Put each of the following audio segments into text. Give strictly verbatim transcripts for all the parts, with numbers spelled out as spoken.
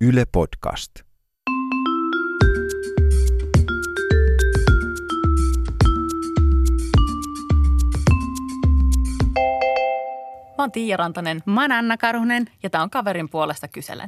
Yle Podcast. Mä oon Tiia Rantanen. Mä oon Anna Karhunen. Ja tää on Kaverin puolesta kyselen.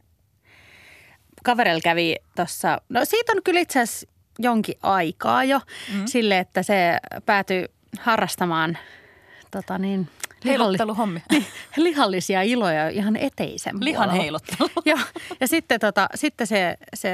Kaverilla kävi tossa, no siitä on kyllä itse asiassa jonkin aikaa jo, mm. sille, että se päätyi harrastamaan tota niin, Heilotteluhommia. Niin, lihallisia iloja ihan eteisen Lihan heilottelu. Ja, ja sitten, tota, sitten se, se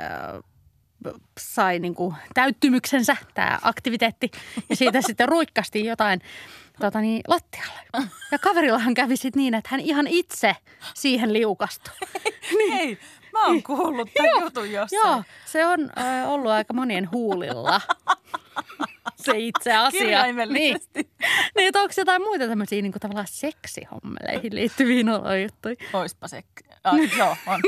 äh, sai niinku täyttymyksensä, tämä aktiviteetti, ja siitä sitten ruikkasti jotain tota niin, lattialle. Ja kaverillahan kävi sitten niin, että hän ihan itse siihen liukastui. Niin. Hei, mä oon kuullut tämän jutun jossain. Joo, se on äh, ollut aika monien huulilla. Se itse asia. Kirjaimellisesti. Niin, niin että onko jotain muita tämmöisiä niin kuin tavallaan seksihommeleihin liittyviä nolojuttuja? Oispa se. Ah, joo, on.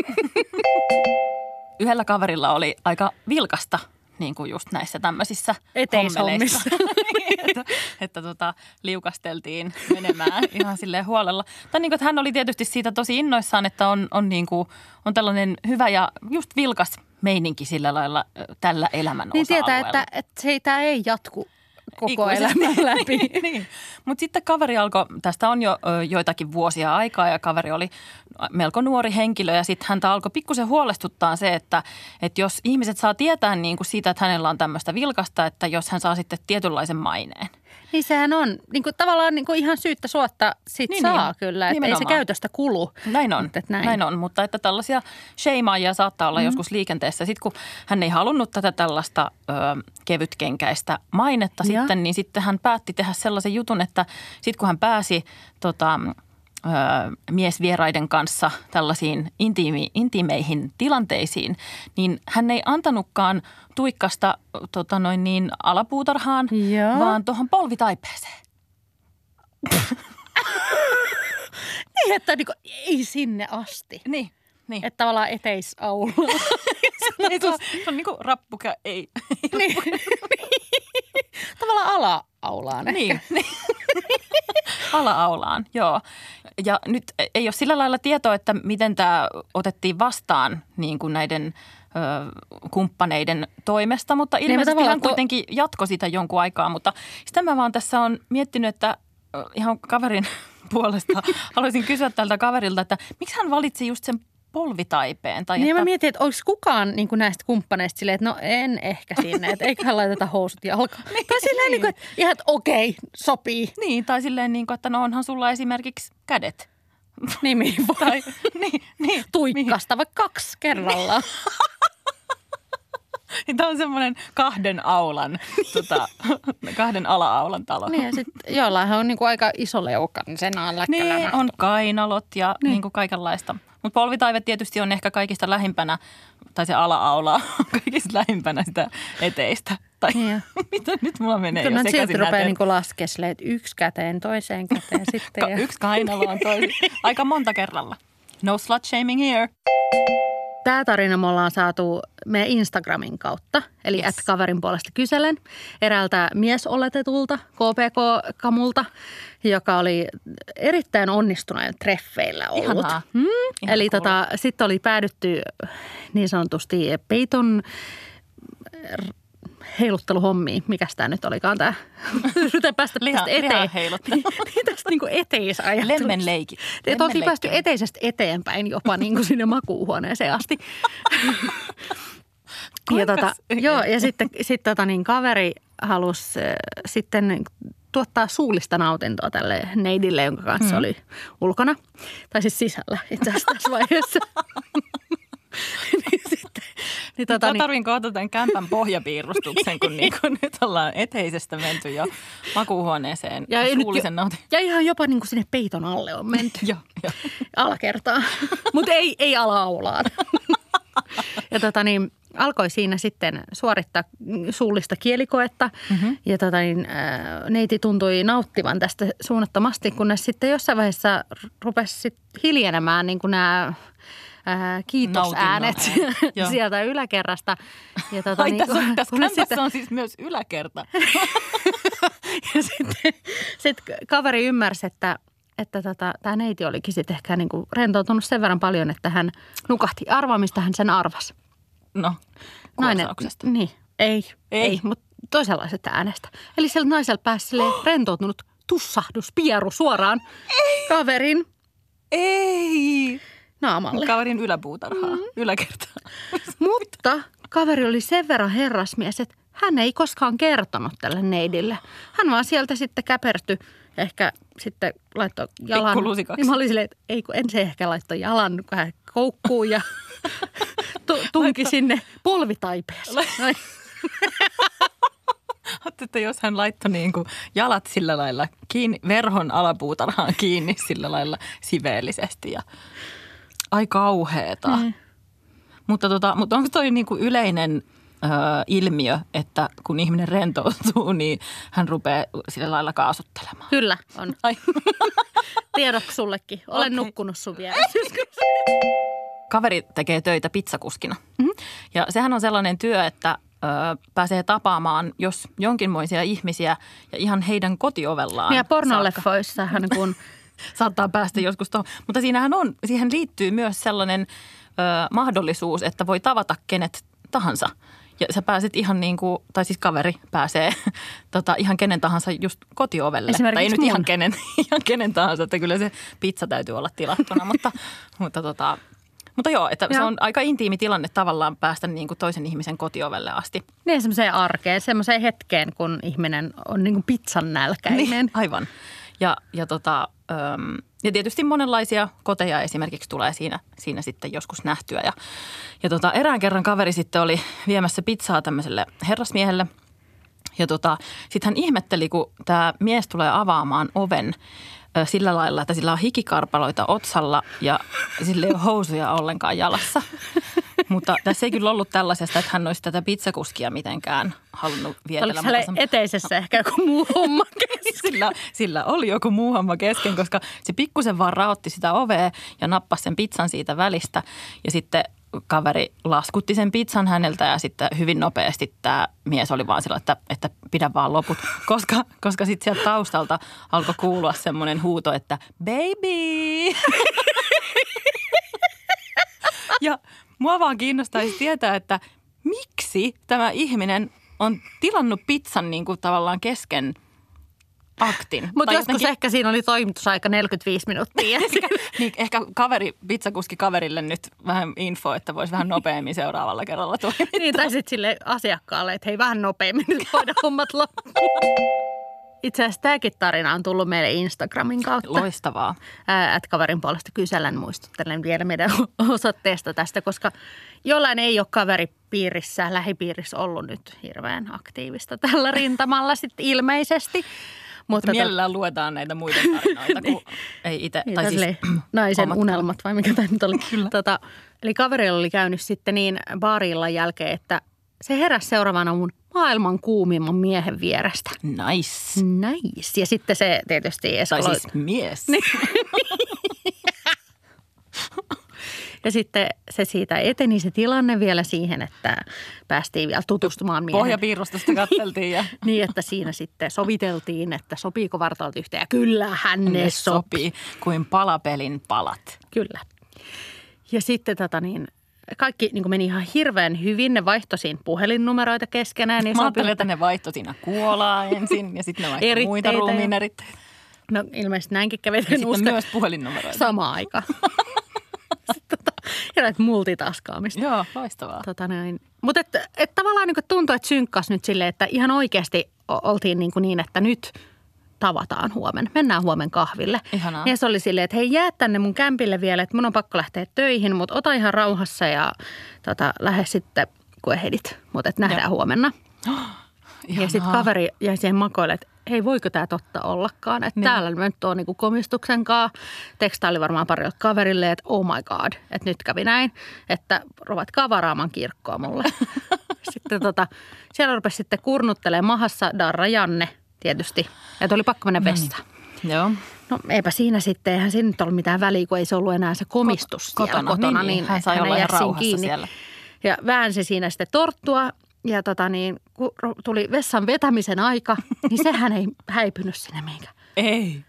Yhdellä kaverilla oli aika vilkasta, niin kuin just näissä tämmöisissä eteishommissa. että että tota, liukasteltiin menemään ihan silleen huolella. Tai niin kuin, että hän oli tietysti siitä tosi innoissaan, että on, on, niin kuin, on tällainen hyvä ja just vilkas meininki sillä lailla tällä elämän niin osa-alueella. Niin tietää, että, että se, tämä ei jatku koko elämän läpi. niin. Mutta sitten kaveri alkoi, tästä on jo ö, joitakin vuosia aikaa ja kaveri oli melko nuori henkilö ja sitten häntä alkoi pikkusen huolestuttaa se, että, että jos ihmiset saa tietää niin kuin siitä, että hänellä on tämmöistä vilkasta, että jos hän saa sitten tietynlaisen maineen. Niin sehän on niin kuin, tavallaan niin kuin ihan syyttä suotta sit niin, saa niin, kyllä, että ei se käytöstä kulu. Näin on, mutta, näin. näin on, mutta että tällaisia sheimaajia saattaa olla mm. joskus liikenteessä. Sitten kun hän ei halunnut tätä tällaista ö, kevytkenkäistä mainetta ja. sitten, niin sitten hän päätti tehdä sellaisen jutun, että sitten kun hän pääsi tota, ö, miesvieraiden kanssa tällaisiin intiimi, intiimeihin tilanteisiin, niin hän ei antanutkaan tuikkasta tota noin niin, alapuutarhaan, ja. vaan tuohon polvitaipeeseen. Niin, että niin kuin, ei sinne asti. Niin, niin. Että tavallaan eteisaula. se, se on, se on niin kuin rappukä, ei. niin. Tavallaan ala-aulaan ehkä. Niin, niin. Ala-aulaan, joo. Ja nyt ei ole sillä lailla tietoa, että miten tämä otettiin vastaan niin kuin näiden ö, kumppaneiden toimesta, mutta ilmeisesti niin, hän kuitenkin to... jatkoi sitä jonkun aikaa. Mutta sitä mä vaan tässä on miettinyt, että ihan kaverin puolesta haluaisin kysyä tältä kaverilta, että miksi hän valitsi just sen polvitaipeen? Tai niin että... mä mietin, että olisi kukaan niin kuin näistä kumppaneista silleen, että no en ehkä sinne, että eiköhän laiteta housut jalkaan. niin, tai silleen, niin. Niin kuin, että ihan, että okei, sopii. Niin, tai silleen, niin kuin, että no onhan sulla esimerkiksi kädet. Niin, mihin voi. Tai, niin, niin, tuikkasta vaikka kaksi kerrallaan. Tämä on semmoinen kahden aulan, tota, kahden ala-aulan talo. Niin ja sitten joillainhan on niinku aika iso leuka, niin sen alla. Niin, on kainalot ja niin. Niinku kaikenlaista. Mutta polvitaive tietysti on ehkä kaikista lähimpänä, tai se ala-aula on kaikista lähimpänä sitä eteistä. Tai niin mitä nyt mulla menee Kyllä jo sekaisin. Sitten rupeaa niinku laskesleen, että yksi käteen, toiseen käteen sitten. Ja... Yksi kainalo on toinen. Aika monta kerralla. No slut shaming here. Tämä tarina me ollaan saatu meidän Instagramin kautta, eli yes. at kaverin puolesta kyselen, eräältä miesoletetulta K P K-kamulta, joka oli erittäin onnistuneen treffeillä ollut. Ihanaa. Hmm? Ihan Eli cool. tota, sitten oli päädytty niin sanotusti peiton heilutteluhommiin. Mikäs tämä nyt olikaan tämä? Yritän päästä Liha, tästä eteen. heiluttelu. niin tästä niin kuin eteisajattelusta. Lemmenleikit. Että oltiin päästy eteisestä eteenpäin jopa niin kuin sinne makuuhuoneeseen asti. ja tota, joo, ja sitten sit, tota, niin kaveri halusi äh, sitten tuottaa suullista nautintoa tälle neidille, jonka kanssa hmm. oli ulkona. Tai siis sisällä itse asiassa tässä vaiheessa. niin sitten, niin tota, niin, tarvin kohta tämän kämpän pohjapiirustuksen, kun niin kuin nyt ollaan eteisestä menty jo makuuhuoneeseen ja suullisen nautin. Ja ihan jopa niin kuin sinne peiton alle on menty. Joo, jo. Alakertaan, mutta ei, ei ala-aulaan. ja tota niin, alkoi siinä sitten suorittaa suullista kielikoetta mm-hmm. ja tota niin, ä, neiti tuntui nauttivan tästä suunnattomasti, kunnes sitten jossain vaiheessa rupesi sit hiljenemään niin kuin nämä Äh, kiitosäänet sieltä yläkerrasta. Ja tota, Ai, niin, tässä, on, tässä kämpässä sitä... on siis myös yläkerta. ja sitten sit kaveri ymmärsi, että, että tota, tämä neiti olikin sitten ehkä niinku rentoutunut sen verran paljon, että hän nukahti. Arvaa, mistä hän sen arvasi. No, kuorsauksesta. Niin, ei, ei, ei mutta toisenlaiset äänestä. Eli siellä naisella pääsi silleen rentoutunut tussahdus, pieru suoraan ei. kaverin. Ei. Naamalle. Kaverin yläpuutarhaa, mm-hmm. yläkertaa. Mutta kaveri oli sen verran herrasmies, että hän ei koskaan kertonut tälle neidille. Hän vaan sieltä sitten käpertyi, ehkä sitten laittoi jalan. Pikkulusikaksi. Niin mä olin silleen, että ei kun ensin ehkä laittoi jalan vähän koukkuun ja tunki Laitto. sinne polvitaipeeseen. Ajattelin, että jos hän laittoi niin kuin jalat sillä lailla kiinni, verhon alapuutarhaan kiinni sillä lailla siveellisesti ja ai kauheeta. Mm. Mutta, tota, mutta onko toi niin kuin yleinen ö, ilmiö, että kun ihminen rentoutuu, niin hän rupeaa sillä lailla kaasuttelemaan? Kyllä on. Ai. Tiedoksi sullekin. Olen okay. nukkunut sun vieressä. Kaveri tekee töitä pizzakuskina. Mm-hmm. Ja sehän on sellainen työ, että ö, pääsee tapaamaan, jos jonkinmoisia ihmisiä ja ihan heidän kotiovellaan. Ja pornoleffoissahan kun saattaa päästä joskus tuohon. Mutta siinähän on, siihen liittyy myös sellainen ö, mahdollisuus, että voi tavata kenet tahansa. Ja sä pääset ihan niin kuin, tai siis kaveri pääsee tota, ihan kenen tahansa just kotiovelle. Tai ei nyt mun. ihan kenen, ihan kenen tahansa, että kyllä se pizza täytyy olla tilattuna. mutta, mutta, tota, mutta joo, että joo. se on aika intiimi tilanne tavallaan päästä niin kuin toisen ihmisen kotiovelle asti. Niin semmoiseen arkeen, semmoiseen hetkeen, kun ihminen on niin kuin pizzan nälkäinen. Niin, aivan. Ja, ja, tota, äm, ja tietysti monenlaisia koteja esimerkiksi tulee siinä, siinä sitten joskus nähtyä. Ja, ja tota, erään kerran kaveri sitten oli viemässä pizzaa tämmöiselle herrasmiehelle. Ja tota, sitten hän ihmetteli, kun tämä mies tulee avaamaan oven ö, sillä lailla, että sillä on hikikarpaloita otsalla ja sillä ei ole housuja ollenkaan jalassa. Mutta tässä ei kyllä ollut tällaisesta, että hän olisi tätä pizzakuskia mitenkään halunnut vietellä. Oliko hänelle eteisessä ehkä joku muu homma kesken? Sillä, sillä oli joku muu homma kesken, koska se pikkusen vaan raotti sitä ovea ja nappasi sen pizzan siitä välistä. Ja sitten kaveri laskutti sen pizzan häneltä ja sitten hyvin nopeasti tämä mies oli vaan sillä, että, että pidä vaan loput. Koska, koska sitten sieltä taustalta alkoi kuulua semmoinen huuto, että baby! Ja mua vaan kiinnostaisi tietää, että miksi tämä ihminen on tilannut pizzan niin kuin tavallaan kesken aktin. Mutta joskus jotenkin ehkä siinä oli toimitusaika neljäkymmentäviisi minuuttia. ehkä, niin, ehkä kaveri, pizzakuski kaverille nyt vähän info, että voisi vähän nopeammin seuraavalla kerralla toimittaa. Niin, tai sitten sille asiakkaalle, että hei vähän nopeammin nyt voidaan hommat loppuun. Itse asiassa tämäkin tarina on tullut meille Instagramin kautta. Loistavaa. Että kaverin puolesta kysellään, muistuttelen vielä meidän osoitteesta tästä, koska jollain ei ole kaveripiirissä, lähipiirissä ollut nyt hirveän aktiivista tällä rintamalla sitten ilmeisesti. Mutta mielellään to... luetaan näitä muita tarinoita, kun ei itse, tai siis naisen unelmat vai mikä tämä nyt oli. Tota, eli kaverilla oli käynyt sitten niin baarillan jälkeen, että se heräsi seuraavana mun maailman kuumimman miehen vierestä. Nice. Nice. Ja sitten se tietysti eskaloit. Tai siis mies. Ja sitten se siitä eteni se tilanne vielä siihen, että päästiin vielä tutustumaan miehen. Pohjapiirustusta katseltiin. Ja niin, että siinä sitten soviteltiin, että sopiiko vartalot yhteen. Ja kyllähän ne, ne sopii. sopii kuin palapelin palat. Kyllä. Ja sitten tota niin, kaikki niin meni ihan hirveän hyvin. Ne vaihtoi siinä puhelinnumeroita keskenään. Mä ajattelin, että ne vaihtoi siinä kuolaa ensin ja sitten ne vaihtoi muita ruumiineritteitä. No ilmeisesti näinkin kävi. Ja sitten uska myös puhelinnumeroita. Samaan aikaan. Tota, ja näitä multitaskaamista. Joo, loistavaa. Tota mutta et, et tavallaan niin tuntui, että synkkas nyt silleen, että ihan oikeasti oltiin niin, niin että nyt tavataan huomenna. Mennään huomen kahville. Ihanaa. Ja se oli silleen, että hei jää tänne mun kämpille vielä, että mun on pakko lähteä töihin, mutta ota ihan rauhassa ja tota, lähde sitten, kun ehdit. Mutta että nähdään Joo. huomenna. Oh, ja sitten kaveri jäi siihen makoille, että hei, voiko tämä totta ollakaan? Että niin. Täällä nyt on niinku komistuksen kanssa. Tekstaili varmaan pari kaverille, että oh my god, että nyt kävi näin. Että ruvatkaa varaamaan kirkkoa mulle. Sitten tota, siellä rupesi sitten kurnuttelemaan mahassa Darra Janne tietysti. Että oli pakko mennä vessaan. Mm. Joo. No eipä siinä sitten, eihän siinä nyt ollut mitään väliä, kun ei se ollut enää se komistus Kot- siellä kotona. kotona niin, niin hän sai olla ihan rauhassa kiinni. Siellä. Ja väänsi siinä sitten torttua. Ja tota niin, kun tuli vessan vetämisen aika, niin sehän ei häipynyt sinne mihinkään. Ei.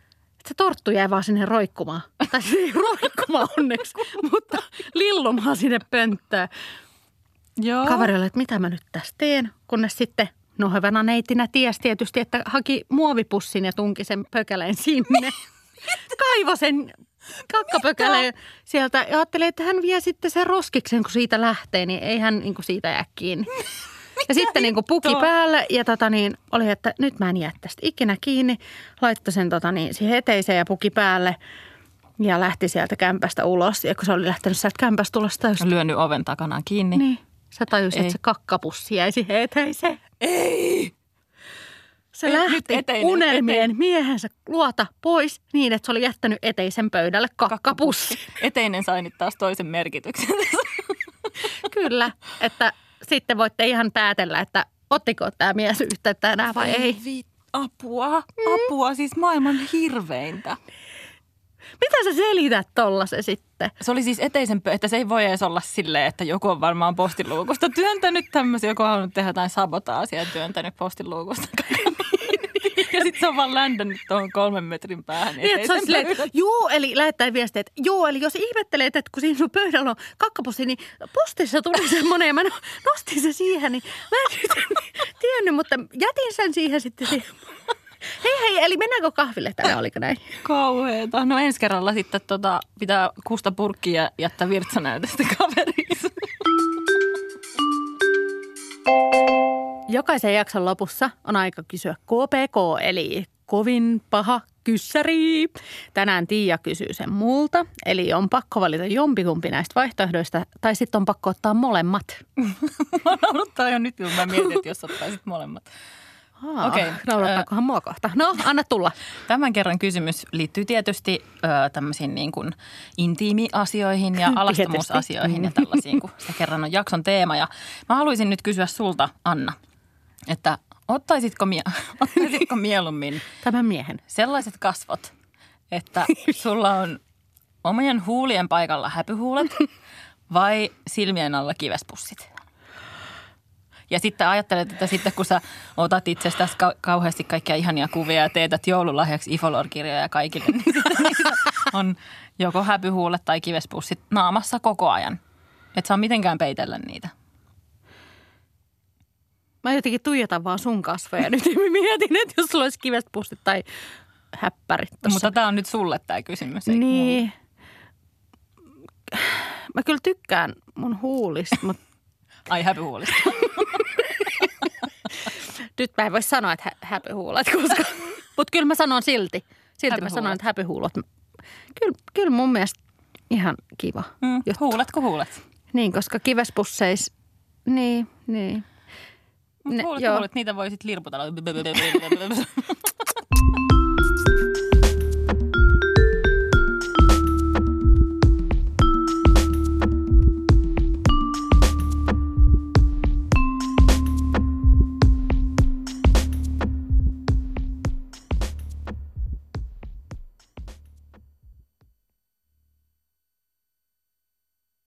se torttu jäi vaan sinne roikkumaan. Tai se ei roikkumaan onneksi, mutta lillumaan sinne pönttöön. Joo. Kaveri oli, että mitä mä nyt tässä teen, kunnes sitten no hyvänä neittinä tiesi tietysti, että haki muovipussin ja tunki sen pökäleen sinne. Kaivo sen kakkapökäleen sieltä ja ajatteli, että hän vie sitten sen roskiksen, kun siitä lähtee, niin ei hän niin kuin siitä jää kiinni. Ja sitten niin kuin puki päälle ja tota niin, oli, että nyt mä en jää tästä ikinä kiinni. Laittoi sen tota niin, siihen eteiseen ja puki päälle ja lähti sieltä kämpästä ulos. Ja kun se oli lähtenyt sieltä kämpästä ulos täysin. Lyönyt oven takanaan kiinni. Niin. Sä tajusit, että se kakkapussi jäi siihen eteiseen. Ei! Se lähti eteinen, unelmien eteinen. miehensä luota pois niin, että se oli jättänyt eteisen pöydälle kakkapussi. Eteinen sai nyt taas toisen merkityksen. Kyllä, että sitten voitte ihan päätellä, että ottiko tämä mies yhteyttä enää vai ei. Vi- apua, apua, siis maailman hirveintä. Mitä sä selität tollasen sitten? Se oli siis eteisen pö- että se ei voi edes olla silleen, että joku on varmaan postiluukusta työntänyt tämmöisiä, joku on halunnut tehdä jotain sabotaasia ja työntänyt postiluukusta. Ja sitten se on vaan ländännyt tuohon kolmen metrin päähän. Niin, että se on silleen, että joo, eli lähettää viestiä, että joo, eli jos ihmettelet, että kun siinä sun pöydällä on kakkapussi, niin postissa tuli semmoinen ja mä nostin se siihen, niin mä en tiennyt, mutta jätin sen siihen sitten siihen. Hei hei, eli mennäänkö kahville tänään, oliko näin? Kauheeta. No ensi kerralla sitten tota, pitää kusta purkkia ja jättää virtsanäytöstä kaveriin. Jokaisen jakson lopussa on aika kysyä K P K, eli kovin paha kyssäri. Tänään Tiia kysyy sen multa, eli on pakko valita jompikumpi näistä vaihtoehdoista, tai sitten on pakko ottaa molemmat. Mä naurattaa jo nyt, kun mä mietin, että jos ottaisit molemmat. Okei, okay. Naurattaakohan mua kohta? No, anna tulla. Tämän kerran kysymys liittyy tietysti ö, tämmöisiin niin kuin intiimiasioihin ja alastomuusasioihin ja tällaisiin, kun se kerran on jakson teema. Ja mä haluaisin nyt kysyä sulta, Anna, että ottaisitko, mie- ottaisitko mieluummin tämän miehen sellaiset kasvot, että sulla on omien huulien paikalla häpyhuulet vai silmien alla kivespussit? Ja sitten ajattelet, että sitten kun sä otat itsestäsi ka- kauheasti kaikkia ihania kuvia ja teetät joululahjaksi Ifolor-kirjoja kaikille, niin sitten niissä on joko häpyhuulet tai kivespussit naamassa koko ajan. Et saa mitenkään peitellä niitä. Mä jotenkin tuijotan vaan sun kasvoja nyt ja mietin, että jos sulla olisi kivespussit tai häppärit tossa. Mutta tää on nyt sulle tää kysymys. Ei niin. Mä kyllä tykkään mun huulista, mutta ai häpyhuulista. Nyt mä en voi sanoa, että hä- häpyhuulet, koska mutta kyllä mä sanon silti. Silti mä sanon, että häpyhuulet. Kyllä, kyllä mun mielestä ihan kiva. Mm, huulet kuin huulet. Niin, koska kivespusseis, niin, niin. Mutta huulet kuin huulet, niitä voi sitten lirputella.